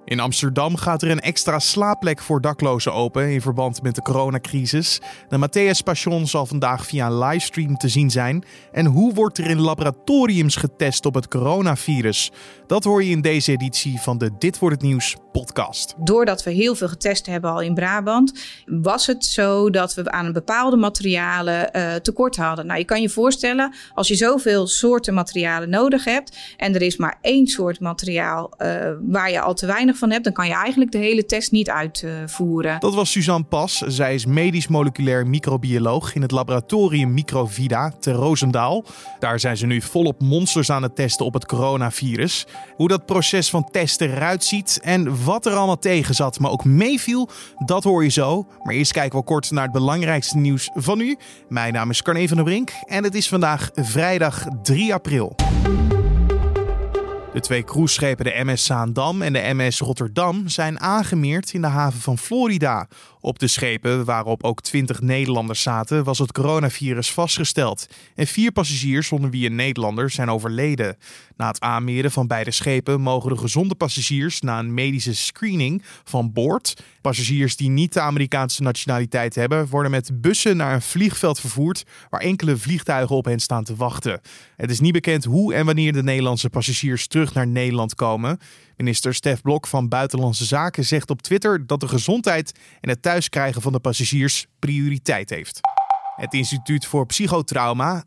In Amsterdam gaat er een extra slaapplek voor daklozen open in verband met de coronacrisis. De Matthäus Passion zal vandaag via een livestream te zien zijn. En hoe wordt er in laboratoriums getest op het coronavirus? Dat hoor je in deze editie van de Dit Wordt Het Nieuws podcast. Doordat we heel veel getest hebben al in Brabant, was het zo dat we aan bepaalde materialen tekort hadden. Nou, je kan je voorstellen, als je zoveel soorten materialen nodig hebt en er is maar één soort materiaal waar je al te weinig van hebt, dan kan je eigenlijk de hele test niet uitvoeren. Dat was Suzanne Pas. Zij is medisch moleculair microbioloog in het laboratorium Microvida te Roosendaal. Daar zijn ze nu volop monsters aan het testen op het coronavirus. Hoe dat proces van testen eruit ziet en wat er allemaal tegen zat, maar ook meeviel, dat hoor je zo. Maar eerst kijken we kort naar het belangrijkste nieuws van nu. Mijn naam is Carne van der Brink en het is vandaag vrijdag 3 april. De 2 cruiseschepen, de MS Zaandam en de MS Rotterdam, zijn aangemeerd in de haven van Florida. Op de schepen, waarop ook 20 Nederlanders zaten, was het coronavirus vastgesteld. En 4 passagiers, onder wie een Nederlander, zijn overleden. Na het aanmeren van beide schepen mogen de gezonde passagiers na een medische screening van boord. Passagiers die niet de Amerikaanse nationaliteit hebben, worden met bussen naar een vliegveld vervoerd waar enkele vliegtuigen op hen staan te wachten. Het is niet bekend hoe en wanneer de Nederlandse passagiers terug naar Nederland komen. Minister Stef Blok van Buitenlandse Zaken zegt op Twitter dat de gezondheid en het thuiskrijgen van de passagiers prioriteit heeft. Het Instituut voor Psychotrauma,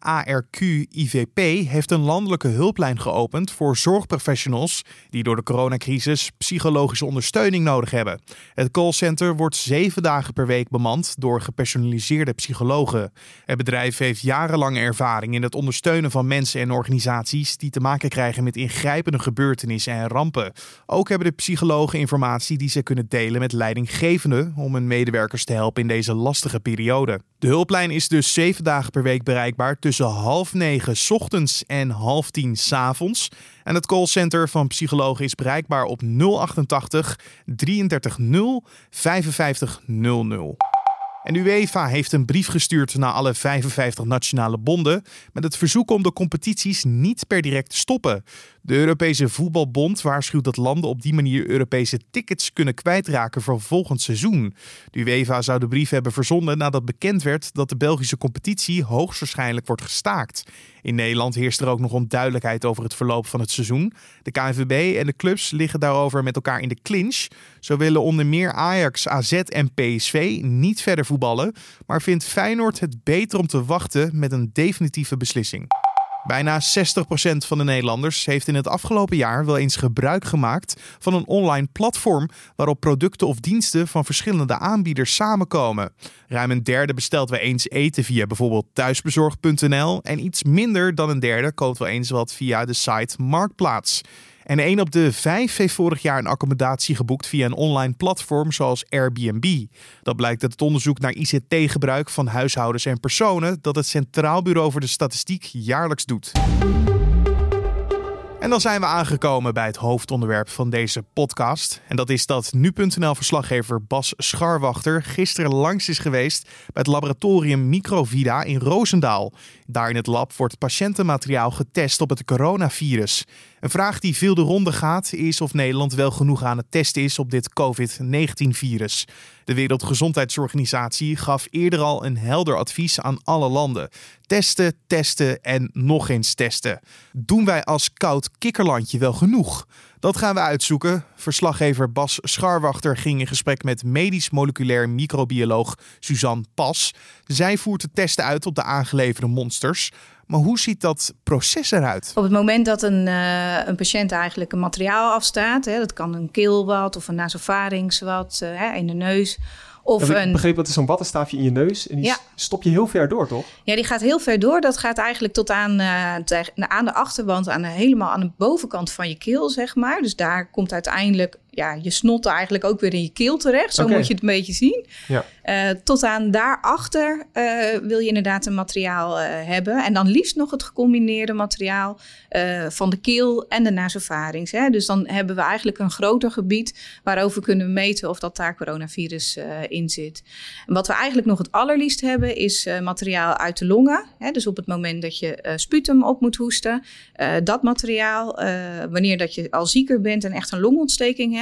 ARQ-IVP, heeft een landelijke hulplijn geopend voor zorgprofessionals die door de coronacrisis psychologische ondersteuning nodig hebben. Het callcenter wordt 7 dagen per week bemand door gepersonaliseerde psychologen. Het bedrijf heeft jarenlange ervaring in het ondersteunen van mensen en organisaties die te maken krijgen met ingrijpende gebeurtenissen en rampen. Ook hebben de psychologen informatie die ze kunnen delen met leidinggevenden om hun medewerkers te helpen in deze lastige periode. De hulplijn is dus 7 dagen per week bereikbaar tussen 8:30 ochtends en 9:30 s'avonds. En het callcenter van psychologen is bereikbaar op 088 33 0 55 00. En UEFA heeft een brief gestuurd naar alle 55 nationale bonden met het verzoek om de competities niet per direct te stoppen. De Europese Voetbalbond waarschuwt dat landen op die manier Europese tickets kunnen kwijtraken voor volgend seizoen. De UEFA zou de brief hebben verzonden nadat bekend werd dat de Belgische competitie hoogstwaarschijnlijk wordt gestaakt. In Nederland heerst er ook nog onduidelijkheid over het verloop van het seizoen. De KNVB en de clubs liggen daarover met elkaar in de clinch. Zo willen onder meer Ajax, AZ en PSV niet verder voetballen, maar vindt Feyenoord het beter om te wachten met een definitieve beslissing. Bijna 60% van de Nederlanders heeft in het afgelopen jaar wel eens gebruik gemaakt van een online platform waarop producten of diensten van verschillende aanbieders samenkomen. Ruim een derde bestelt wel eens eten via bijvoorbeeld thuisbezorg.nl en iets minder dan een derde koopt wel eens wat via de site Marktplaats. En 1 op de 5 heeft vorig jaar een accommodatie geboekt via een online platform zoals Airbnb. Dat blijkt uit het onderzoek naar ICT-gebruik van huishoudens en personen dat het Centraal Bureau voor de Statistiek jaarlijks doet. En dan zijn we aangekomen bij het hoofdonderwerp van deze podcast. En dat is dat nu.nl-verslaggever Bas Scharwachter gisteren langs is geweest bij het laboratorium Microvida in Roosendaal. Daar in het lab wordt patiëntenmateriaal getest op het coronavirus. Een vraag die veel de ronde gaat is of Nederland wel genoeg aan het testen is op dit COVID-19-virus. De Wereldgezondheidsorganisatie gaf eerder al een helder advies aan alle landen. Testen, testen en nog eens testen. Doen wij als koud kikkerlandje wel genoeg? Dat gaan we uitzoeken. Verslaggever Bas Scharwachter ging in gesprek met medisch moleculair microbioloog Suzanne Pas. Zij voert de testen uit op de aangeleverde monsters. Maar hoe ziet dat proces eruit? Op het moment dat een patiënt eigenlijk een materiaal afstaat, dat kan een keelwat of een nasopharynxwat in de neus. Of ik begreep dat er zo'n wattenstaafje in je neus en die stop je heel ver door, toch? Ja, die gaat heel ver door. Dat gaat eigenlijk tot aan de achterwand, helemaal aan de bovenkant van je keel, zeg maar. Dus daar komt uiteindelijk je snot eigenlijk ook weer in je keel terecht. Zo moet je het een beetje zien. Ja. Tot aan daarachter wil je inderdaad een materiaal hebben. En dan liefst nog het gecombineerde materiaal van de keel en de nasopharynx. Dus dan hebben we eigenlijk een groter gebied waarover kunnen meten of dat daar coronavirus in zit. En wat we eigenlijk nog het allerliefst hebben is materiaal uit de longen. Dus op het moment dat je sputum op moet hoesten. Dat materiaal, wanneer dat je al zieker bent en echt een longontsteking hebt.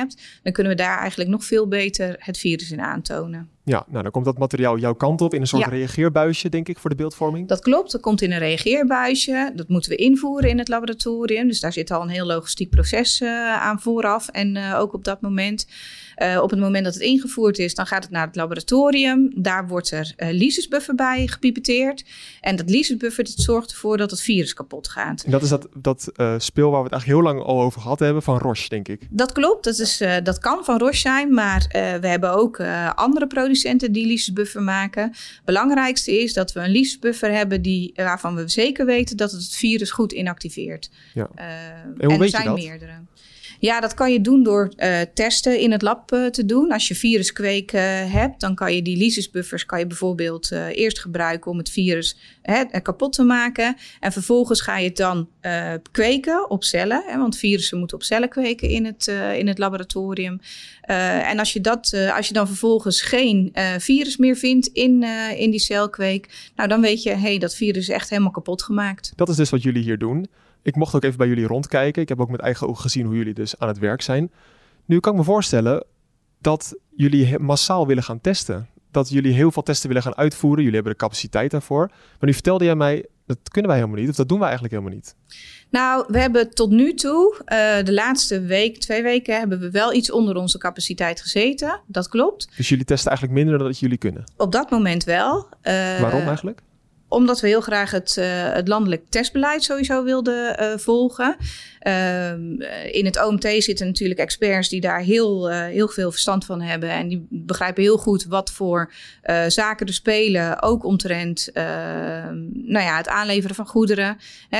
hebt, dan kunnen we daar eigenlijk nog veel beter het virus in aantonen. Ja, nou dan komt dat materiaal jouw kant op in een soort reageerbuisje, denk ik, voor de beeldvorming. Dat klopt, dat komt in een reageerbuisje. Dat moeten we invoeren in het laboratorium. Dus daar zit al een heel logistiek proces aan vooraf en ook op dat moment. Op het moment dat het ingevoerd is, dan gaat het naar het laboratorium. Daar wordt er lysisbuffer bij gepipeteerd. En dat lysisbuffer zorgt ervoor dat het virus kapot gaat. En dat is dat speel waar we het eigenlijk heel lang al over gehad hebben van Roche, denk ik. Dat klopt, dat kan van Roche zijn, maar we hebben ook andere producenten die lysisbuffer maken. Het belangrijkste is dat we een lysisbuffer hebben waarvan we zeker weten dat het virus goed inactiveert. Ja. En hoe weet je dat? Meerdere. Ja, dat kan je doen door testen in het lab te doen. Als je viruskweek hebt, dan kan je die lysisbuffers bijvoorbeeld eerst gebruiken om het virus kapot te maken. En vervolgens ga je het dan kweken op cellen. Want virussen moeten op cellen kweken in het laboratorium. En als je dan vervolgens geen virus meer vindt in die celkweek, nou dan weet je, dat virus is echt helemaal kapot gemaakt. Dat is dus wat jullie hier doen. Ik mocht ook even bij jullie rondkijken. Ik heb ook met eigen ogen gezien hoe jullie dus aan het werk zijn. Nu kan ik me voorstellen dat jullie massaal willen gaan testen. Dat jullie heel veel testen willen gaan uitvoeren. Jullie hebben de capaciteit daarvoor. Maar nu vertelde jij mij, dat kunnen wij helemaal niet. Of dat doen wij eigenlijk helemaal niet. Nou, we hebben tot nu toe, de laatste 2 weken, hebben we wel iets onder onze capaciteit gezeten. Dat klopt. Dus jullie testen eigenlijk minder dan dat jullie kunnen? Op dat moment wel. Waarom eigenlijk? Omdat we heel graag het landelijk testbeleid sowieso wilden volgen. In het OMT zitten natuurlijk experts die daar heel veel verstand van hebben. En die begrijpen heel goed wat voor zaken er spelen. Ook omtrent het aanleveren van goederen.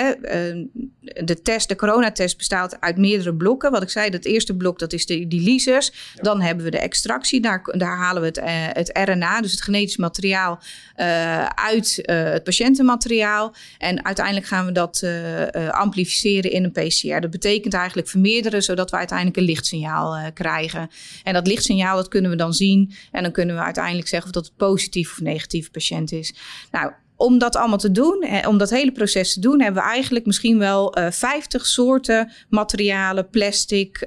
De coronatest bestaat uit meerdere blokken. Wat ik zei, dat eerste blok, dat is die lysers. Ja. Dan hebben we de extractie. Daar halen we het RNA, dus het genetisch materiaal, uit het patiëntenmateriaal. En uiteindelijk gaan we dat amplificeren in een PCR. Dat betekent eigenlijk vermeerderen, zodat we uiteindelijk een lichtsignaal krijgen. En dat lichtsignaal, dat kunnen we dan zien. En dan kunnen we uiteindelijk zeggen of dat een positief of negatief patiënt is. Nou, om dat allemaal te doen, om dat hele proces te doen, hebben we eigenlijk misschien wel 50 soorten materialen, plastic,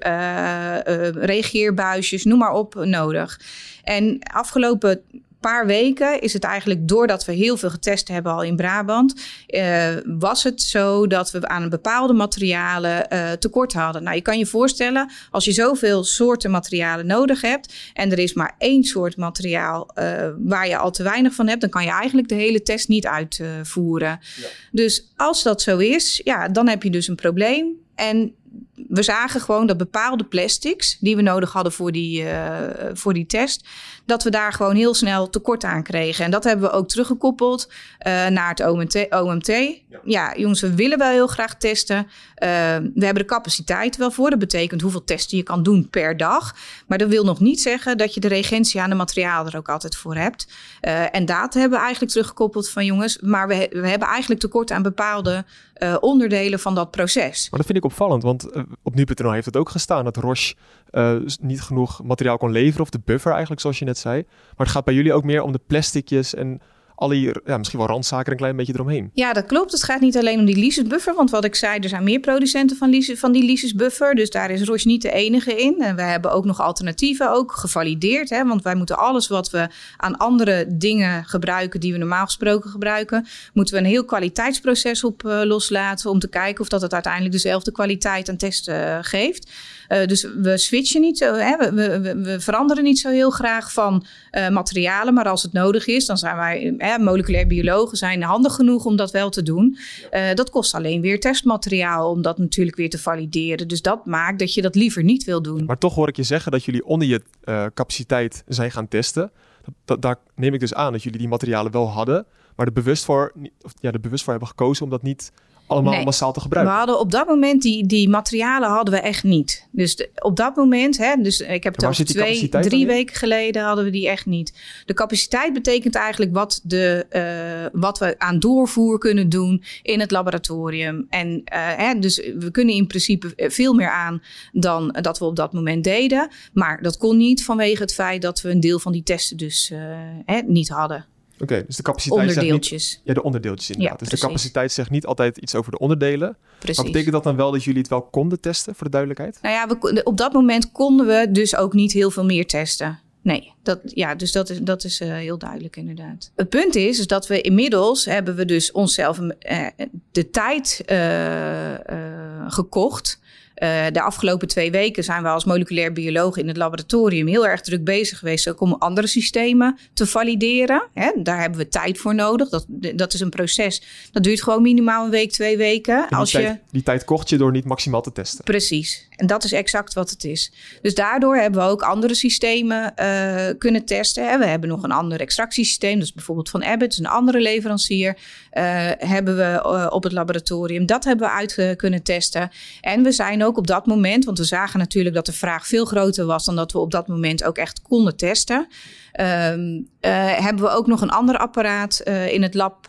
reageerbuisjes, noem maar op, nodig. En afgelopen paar weken is het eigenlijk, doordat we heel veel getest hebben al in Brabant, was het zo dat we aan bepaalde materialen tekort hadden. Nou, je kan je voorstellen, als je zoveel soorten materialen nodig hebt en er is maar 1 soort materiaal waar je al te weinig van hebt, dan kan je eigenlijk de hele test niet uitvoeren. Ja. Dus als dat zo is, dan heb je dus een probleem. En we zagen gewoon dat bepaalde plastics die we nodig hadden voor die test, dat we daar gewoon heel snel tekort aan kregen. En dat hebben we ook teruggekoppeld naar het OMT. Ja, jongens, we willen wel heel graag testen. We hebben de capaciteit wel voor. Dat betekent hoeveel testen je kan doen per dag. Maar dat wil nog niet zeggen dat je de reagentie aan de materiaal er ook altijd voor hebt. En dat hebben we eigenlijk teruggekoppeld van jongens, maar we hebben eigenlijk tekort aan bepaalde onderdelen van dat proces. Maar dat vind ik opvallend, want op nu.nl heeft het ook gestaan dat Roche niet genoeg materiaal kon leveren, of de buffer eigenlijk, zoals je net zei. Maar het gaat bij jullie ook meer om de plasticjes en alle, misschien wel randzaken een klein beetje eromheen. Ja, dat klopt. Het gaat niet alleen om die lysisbuffer, want wat ik zei, er zijn meer producenten van die lysisbuffer. Dus daar is Roche niet de enige in. En we hebben ook nog alternatieven ook gevalideerd. Want wij moeten alles wat we aan andere dingen gebruiken, die we normaal gesproken gebruiken, moeten we een heel kwaliteitsproces op loslaten om te kijken of dat het uiteindelijk dezelfde kwaliteit aan testen geeft. Dus we switchen niet zo, we veranderen niet zo heel graag van materialen, maar als het nodig is, dan zijn wij, moleculair biologen zijn handig genoeg om dat wel te doen. Dat kost alleen weer testmateriaal om dat natuurlijk weer te valideren. Dus dat maakt dat je dat liever niet wil doen. Maar toch hoor ik je zeggen dat jullie onder je capaciteit zijn gaan testen. Daar neem ik dus aan dat jullie die materialen wel hadden, maar er bewust voor hebben gekozen om dat niet allemaal massaal te gebruiken. We hadden op dat moment die materialen hadden we echt niet. Dus op dat moment, dus ik heb het over 2-3 weken geleden hadden we die echt niet. De capaciteit betekent eigenlijk wat we aan doorvoer kunnen doen in het laboratorium. En dus we kunnen in principe veel meer aan dan dat we op dat moment deden. Maar dat kon niet vanwege het feit dat we een deel van die testen dus niet hadden. Oké, dus de capaciteit onderdeeltjes. Zegt niet, de onderdeeltjes inderdaad. Ja, dus precies. de capaciteit zegt niet altijd iets over de onderdelen. Precies. Maar betekent dat dan wel dat jullie het wel konden testen, voor de duidelijkheid? Nou ja, op dat moment konden we dus ook niet heel veel meer testen. Nee, dus dat is heel duidelijk inderdaad. Het punt is dat we inmiddels hebben we dus onszelf de tijd gekocht. De afgelopen 2 weken zijn we als moleculair bioloog in het laboratorium heel erg druk bezig geweest ook om andere systemen te valideren. Daar hebben we tijd voor nodig. Dat is een proces. Dat duurt gewoon minimaal 1 week, 2 weken. Die tijd kocht je door niet maximaal te testen. Precies. En dat is exact wat het is. Dus daardoor hebben we ook andere systemen kunnen testen. We hebben nog een ander extractiesysteem. Dus bijvoorbeeld van Abbott, een andere leverancier. Hebben we op het laboratorium. Dat hebben we uit kunnen testen. En we zijn ook op dat moment, want we zagen natuurlijk dat de vraag veel groter was dan dat we op dat moment ook echt konden testen. Hebben we ook nog een ander apparaat in het lab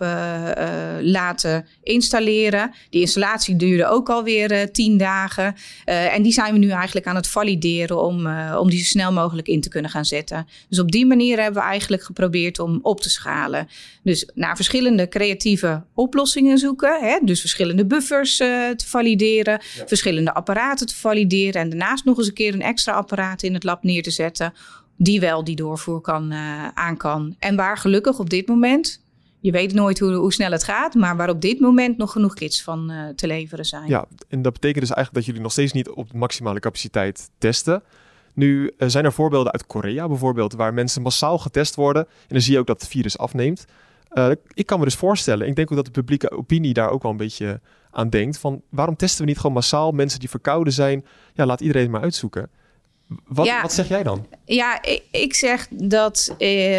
laten installeren. Die installatie duurde ook alweer 10 dagen. En die zijn we nu eigenlijk aan het valideren om die zo snel mogelijk in te kunnen gaan zetten. Dus op die manier hebben we eigenlijk geprobeerd om op te schalen. Dus naar verschillende creatieve oplossingen zoeken. Dus verschillende buffers te valideren. Ja. Verschillende apparaten te valideren. En daarnaast nog eens een keer een extra apparaat in het lab neer te zetten. Die wel die doorvoer aan kan. En waar gelukkig op dit moment, je weet nooit hoe snel het gaat, maar waar op dit moment nog genoeg kits van te leveren zijn. Ja, en dat betekent dus eigenlijk dat jullie nog steeds niet op de maximale capaciteit testen. Nu zijn er voorbeelden uit Korea bijvoorbeeld, waar mensen massaal getest worden. En dan zie je ook dat het virus afneemt. Ik kan me dus voorstellen, ik denk ook dat de publieke opinie daar ook wel een beetje aan denkt. Van waarom testen we niet gewoon massaal mensen die verkouden zijn? Ja, laat iedereen het maar uitzoeken. Wat zeg jij dan? Ja, ik zeg dat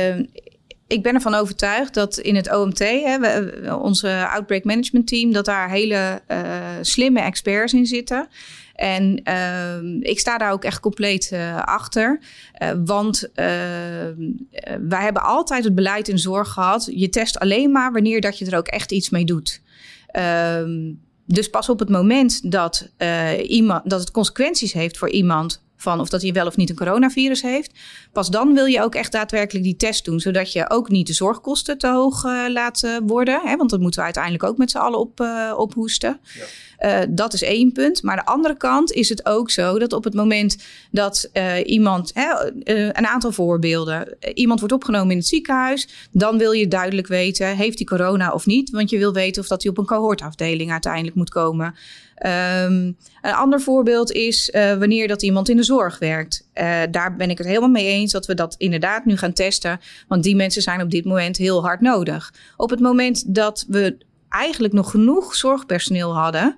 ik ben ervan overtuigd dat in het OMT, onze Outbreak Management Team, dat daar hele slimme experts in zitten. En ik sta daar ook echt compleet achter. Want wij hebben altijd het beleid in zorg gehad. Je test alleen maar wanneer dat je er ook echt iets mee doet. Dus pas op het moment dat het consequenties heeft voor iemand, van of dat hij wel of niet een coronavirus heeft, pas dan wil je ook echt daadwerkelijk die test doen, zodat je ook niet de zorgkosten te hoog laat worden. Want dat moeten we uiteindelijk ook met z'n allen ophoesten. Ja. Dat is 1 punt. Maar de andere kant is het ook zo dat op het moment dat iemand, een aantal voorbeelden, iemand wordt opgenomen in het ziekenhuis, dan wil je duidelijk weten, heeft hij corona of niet? Want je wil weten of dat hij op een cohortafdeling uiteindelijk moet komen. Een ander voorbeeld is wanneer dat iemand in de zorg werkt. Daar ben ik het helemaal mee eens dat we dat inderdaad nu gaan testen. Want die mensen zijn op dit moment heel hard nodig. Op het moment dat we eigenlijk nog genoeg zorgpersoneel hadden,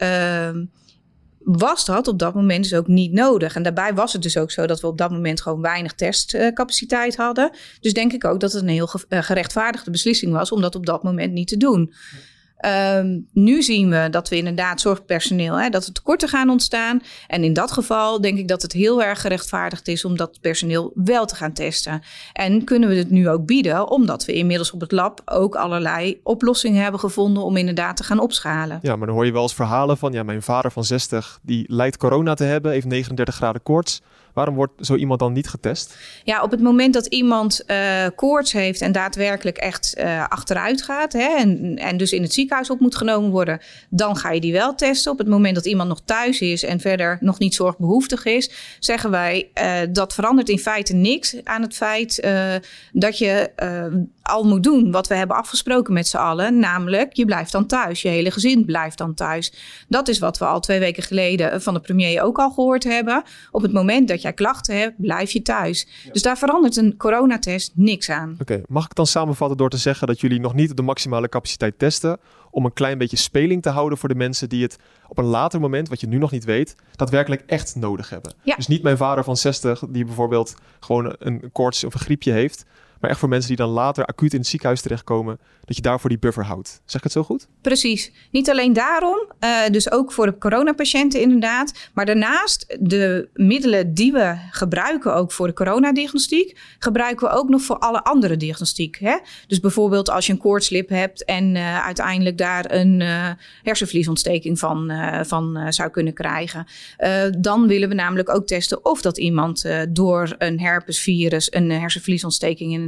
was dat op dat moment dus ook niet nodig. En daarbij was het dus ook zo dat we op dat moment gewoon weinig testcapaciteit hadden. Dus denk ik ook dat het een heel gerechtvaardigde beslissing was om dat op dat moment niet te doen. Nu zien we dat we inderdaad zorgpersoneel, dat er tekorten gaan ontstaan. En in dat geval denk ik dat het heel erg gerechtvaardigd is om dat personeel wel te gaan testen. En kunnen we het nu ook bieden, omdat we inmiddels op het lab ook allerlei oplossingen hebben gevonden om inderdaad te gaan opschalen. Ja, maar dan hoor je wel eens verhalen van, mijn vader van 60, die lijkt corona te hebben, heeft 39 graden koorts. Waarom wordt zo iemand dan niet getest? Ja, op het moment dat iemand koorts heeft en daadwerkelijk echt achteruit gaat, en dus in het ziekenhuis op moet genomen worden, dan ga je die wel testen. Op het moment dat iemand nog thuis is en verder nog niet zorgbehoeftig is, zeggen wij dat verandert in feite niks aan het feit dat je al moet doen wat we hebben afgesproken met z'n allen. Namelijk, je blijft dan thuis. Je hele gezin blijft dan thuis. Dat is wat we al 2 weken geleden van de premier ook al gehoord hebben. Op het moment dat jij klachten hebt, blijf je thuis. Ja. Dus daar verandert een coronatest niks aan. Oké, mag ik dan samenvatten door te zeggen dat jullie nog niet op de maximale capaciteit testen, om een klein beetje speling te houden voor de mensen die het op een later moment, wat je nu nog niet weet, daadwerkelijk echt nodig hebben. Ja. Dus niet mijn vader van 60 die bijvoorbeeld gewoon een koorts of een griepje heeft, maar echt voor mensen die dan later acuut in het ziekenhuis terechtkomen, dat je daarvoor die buffer houdt. Zeg ik het zo goed? Precies. Niet alleen daarom, dus ook voor de coronapatiënten inderdaad. Maar daarnaast de middelen die we gebruiken ook voor de coronadiagnostiek, gebruiken we ook nog voor alle andere diagnostiek. Dus bijvoorbeeld als je een koortslip hebt en uiteindelijk daar een hersenvliesontsteking van zou kunnen krijgen. Dan willen we namelijk ook testen of dat iemand door een herpesvirus een hersenvliesontsteking inderdaad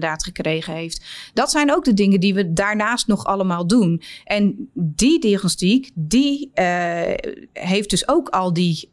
inderdaad gekregen heeft. Dat zijn ook de dingen die we daarnaast nog allemaal doen. En die diagnostiek, die heeft dus ook al die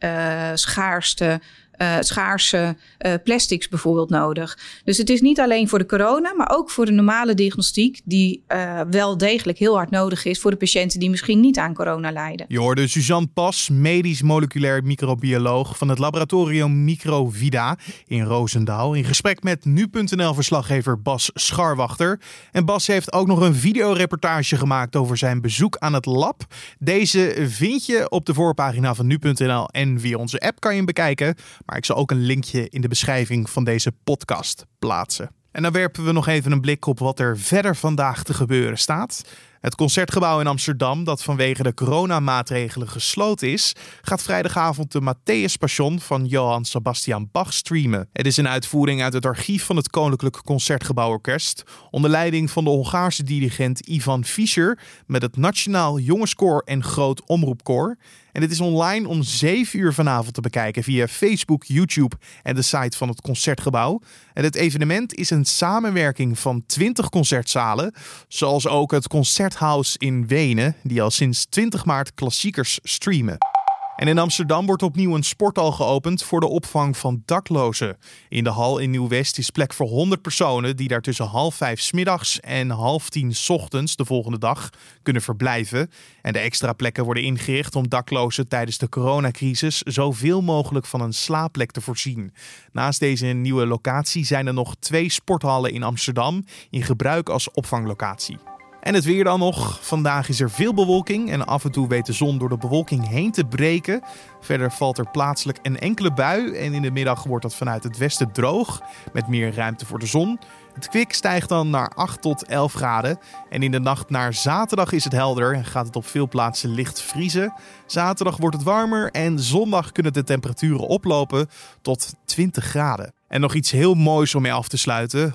schaarse plastics bijvoorbeeld nodig. Dus het is niet alleen voor de corona, maar ook voor de normale diagnostiek die wel degelijk heel hard nodig is voor de patiënten die misschien niet aan corona lijden. Je hoorde Suzanne Pas, medisch moleculair microbioloog van het laboratorium Microvida in Roosendaal, in gesprek met nu.nl-verslaggever Bas Scharwachter. En Bas heeft ook nog een videoreportage gemaakt over zijn bezoek aan het lab. Deze vind je op de voorpagina van nu.nl en via onze app kan je hem bekijken. Maar ik zal ook een linkje in de beschrijving van deze podcast plaatsen. En dan werpen we nog even een blik op wat er verder vandaag te gebeuren staat. Het Concertgebouw in Amsterdam, dat vanwege de coronamaatregelen gesloten is, gaat vrijdagavond de Matthäus Passion van Johann Sebastian Bach streamen. Het is een uitvoering uit het archief van het Koninklijk Concertgebouworkest, onder leiding van de Hongaarse dirigent Ivan Fischer, met het Nationaal Jongenskoor en Groot Omroepkoor. En dit is online om 7 uur vanavond te bekijken via Facebook, YouTube en de site van het Concertgebouw. En het evenement is een samenwerking van 20 concertzalen, zoals ook het Concerthaus in Wenen, die al sinds 20 maart klassiekers streamen. En in Amsterdam wordt opnieuw een sporthal geopend voor de opvang van daklozen. In de hal in Nieuw-West is plek voor 100 personen die daar tussen 5:30 's middags en 9:30 's ochtends de volgende dag kunnen verblijven. En de extra plekken worden ingericht om daklozen tijdens de coronacrisis zoveel mogelijk van een slaapplek te voorzien. Naast deze nieuwe locatie zijn er nog 2 sporthallen in Amsterdam in gebruik als opvanglocatie. En het weer dan nog. Vandaag is er veel bewolking en af en toe weet de zon door de bewolking heen te breken. Verder valt er plaatselijk een enkele bui en in de middag wordt dat vanuit het westen droog met meer ruimte voor de zon. Het kwik stijgt dan naar 8 tot 11 graden en in de nacht naar zaterdag is het helder en gaat het op veel plaatsen licht vriezen. Zaterdag wordt het warmer en zondag kunnen de temperaturen oplopen tot 20 graden. En nog iets heel moois om mee af te sluiten.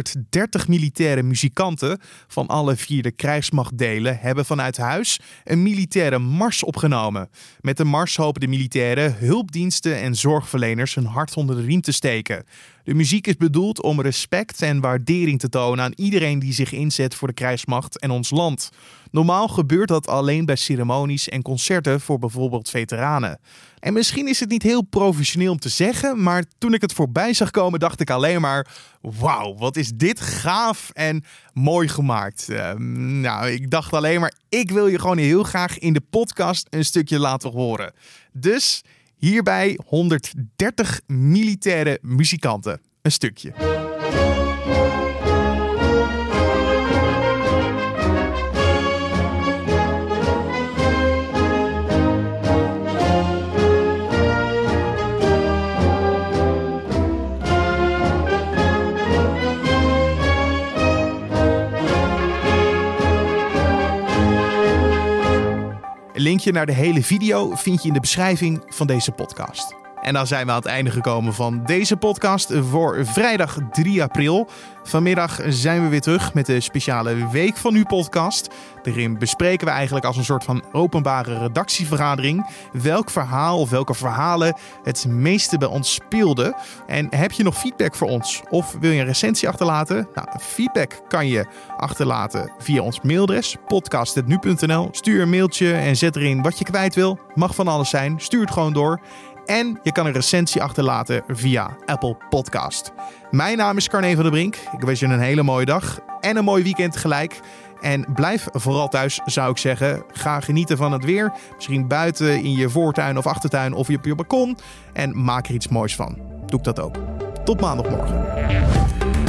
130 militaire muzikanten van alle 4 krijgsmachtdelen hebben vanuit huis een militaire mars opgenomen. Met de mars hopen de militairen hulpdiensten en zorgverleners hun hart onder de riem te steken. De muziek is bedoeld om respect en waardering te tonen aan iedereen die zich inzet voor de krijgsmacht en ons land. Normaal gebeurt dat alleen bij ceremonies en concerten voor bijvoorbeeld veteranen. En misschien is het niet heel professioneel om te zeggen, maar toen ik het voorbij zag komen dacht ik alleen maar, wauw, wat is dit gaaf en mooi gemaakt. Ik dacht alleen maar, ik wil je gewoon heel graag in de podcast een stukje laten horen. Dus hierbij 130 militaire muzikanten. Een stukje. Een linkje naar de hele video vind je in de beschrijving van deze podcast. En dan zijn we aan het einde gekomen van deze podcast voor vrijdag 3 april. Vanmiddag zijn we weer terug met de speciale Week van Nu podcast. Daarin bespreken we eigenlijk als een soort van openbare redactievergadering welk verhaal of welke verhalen het meeste bij ons speelden. En heb je nog feedback voor ons of wil je een recensie achterlaten? Feedback kan je achterlaten via ons mailadres podcast@nu.nl. Stuur een mailtje en zet erin wat je kwijt wil. Mag van alles zijn, stuur het gewoon door. En je kan een recensie achterlaten via Apple Podcast. Mijn naam is Carne van der Brink. Ik wens je een hele mooie dag en een mooi weekend tegelijk. En blijf vooral thuis, zou ik zeggen. Ga genieten van het weer. Misschien buiten in je voortuin of achtertuin of op je balkon. En maak er iets moois van. Doe ik dat ook. Tot maandagmorgen.